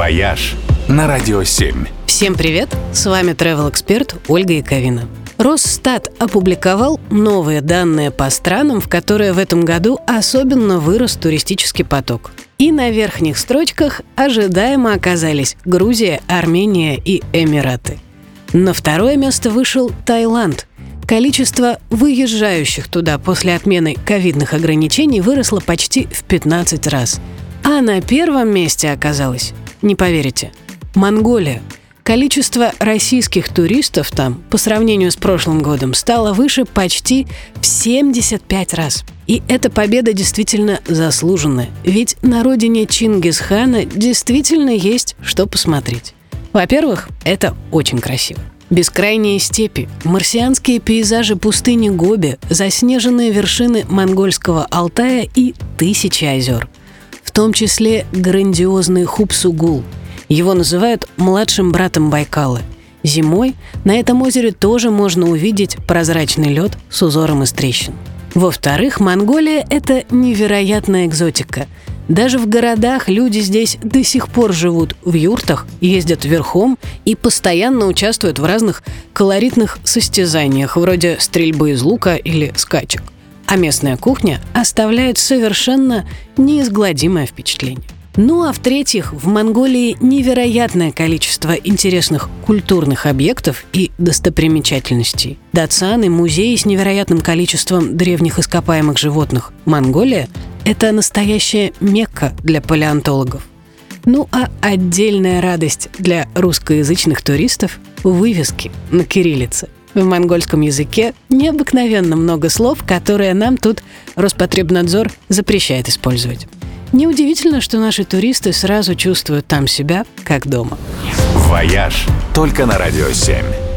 «Вояж» на Радио 7. Всем привет! С вами travel-эксперт Ольга Яковина. Росстат опубликовал новые данные по странам, в которые в этом году особенно вырос туристический поток. И на верхних строчках ожидаемо оказались Грузия, Армения и Эмираты. На второе место вышел Таиланд. Количество выезжающих туда после отмены ковидных ограничений выросло почти в 15 раз. А на первом месте оказалась, не поверите, Монголия. Количество российских туристов там по сравнению с прошлым годом стало выше почти в 75 раз. И эта победа действительно заслуженная, ведь на родине Чингисхана действительно есть что посмотреть. Во-первых, это очень красиво. Бескрайние степи, марсианские пейзажи пустыни Гоби, заснеженные вершины монгольского Алтая и тысячи озер. В том числе грандиозный Хуб-Сугул. Его называют младшим братом Байкала. Зимой на этом озере тоже можно увидеть прозрачный лед с узором из трещин. Во-вторых, Монголия – это невероятная экзотика. Даже в городах люди здесь до сих пор живут в юртах, ездят верхом и постоянно участвуют в разных колоритных состязаниях, вроде стрельбы из лука или скачек. А местная кухня оставляет совершенно неизгладимое впечатление. Ну а в-третьих, в Монголии невероятное количество интересных культурных объектов и достопримечательностей. Дацаны, музеи с невероятным количеством древних ископаемых животных. Монголия – это настоящая Мекка для палеонтологов. Ну а отдельная радость для русскоязычных туристов – вывески на кириллице. В монгольском языке необыкновенно много слов, которые нам тут Роспотребнадзор запрещает использовать. Неудивительно, что наши туристы сразу чувствуют там себя как дома. «Вояж» только на Радио 7.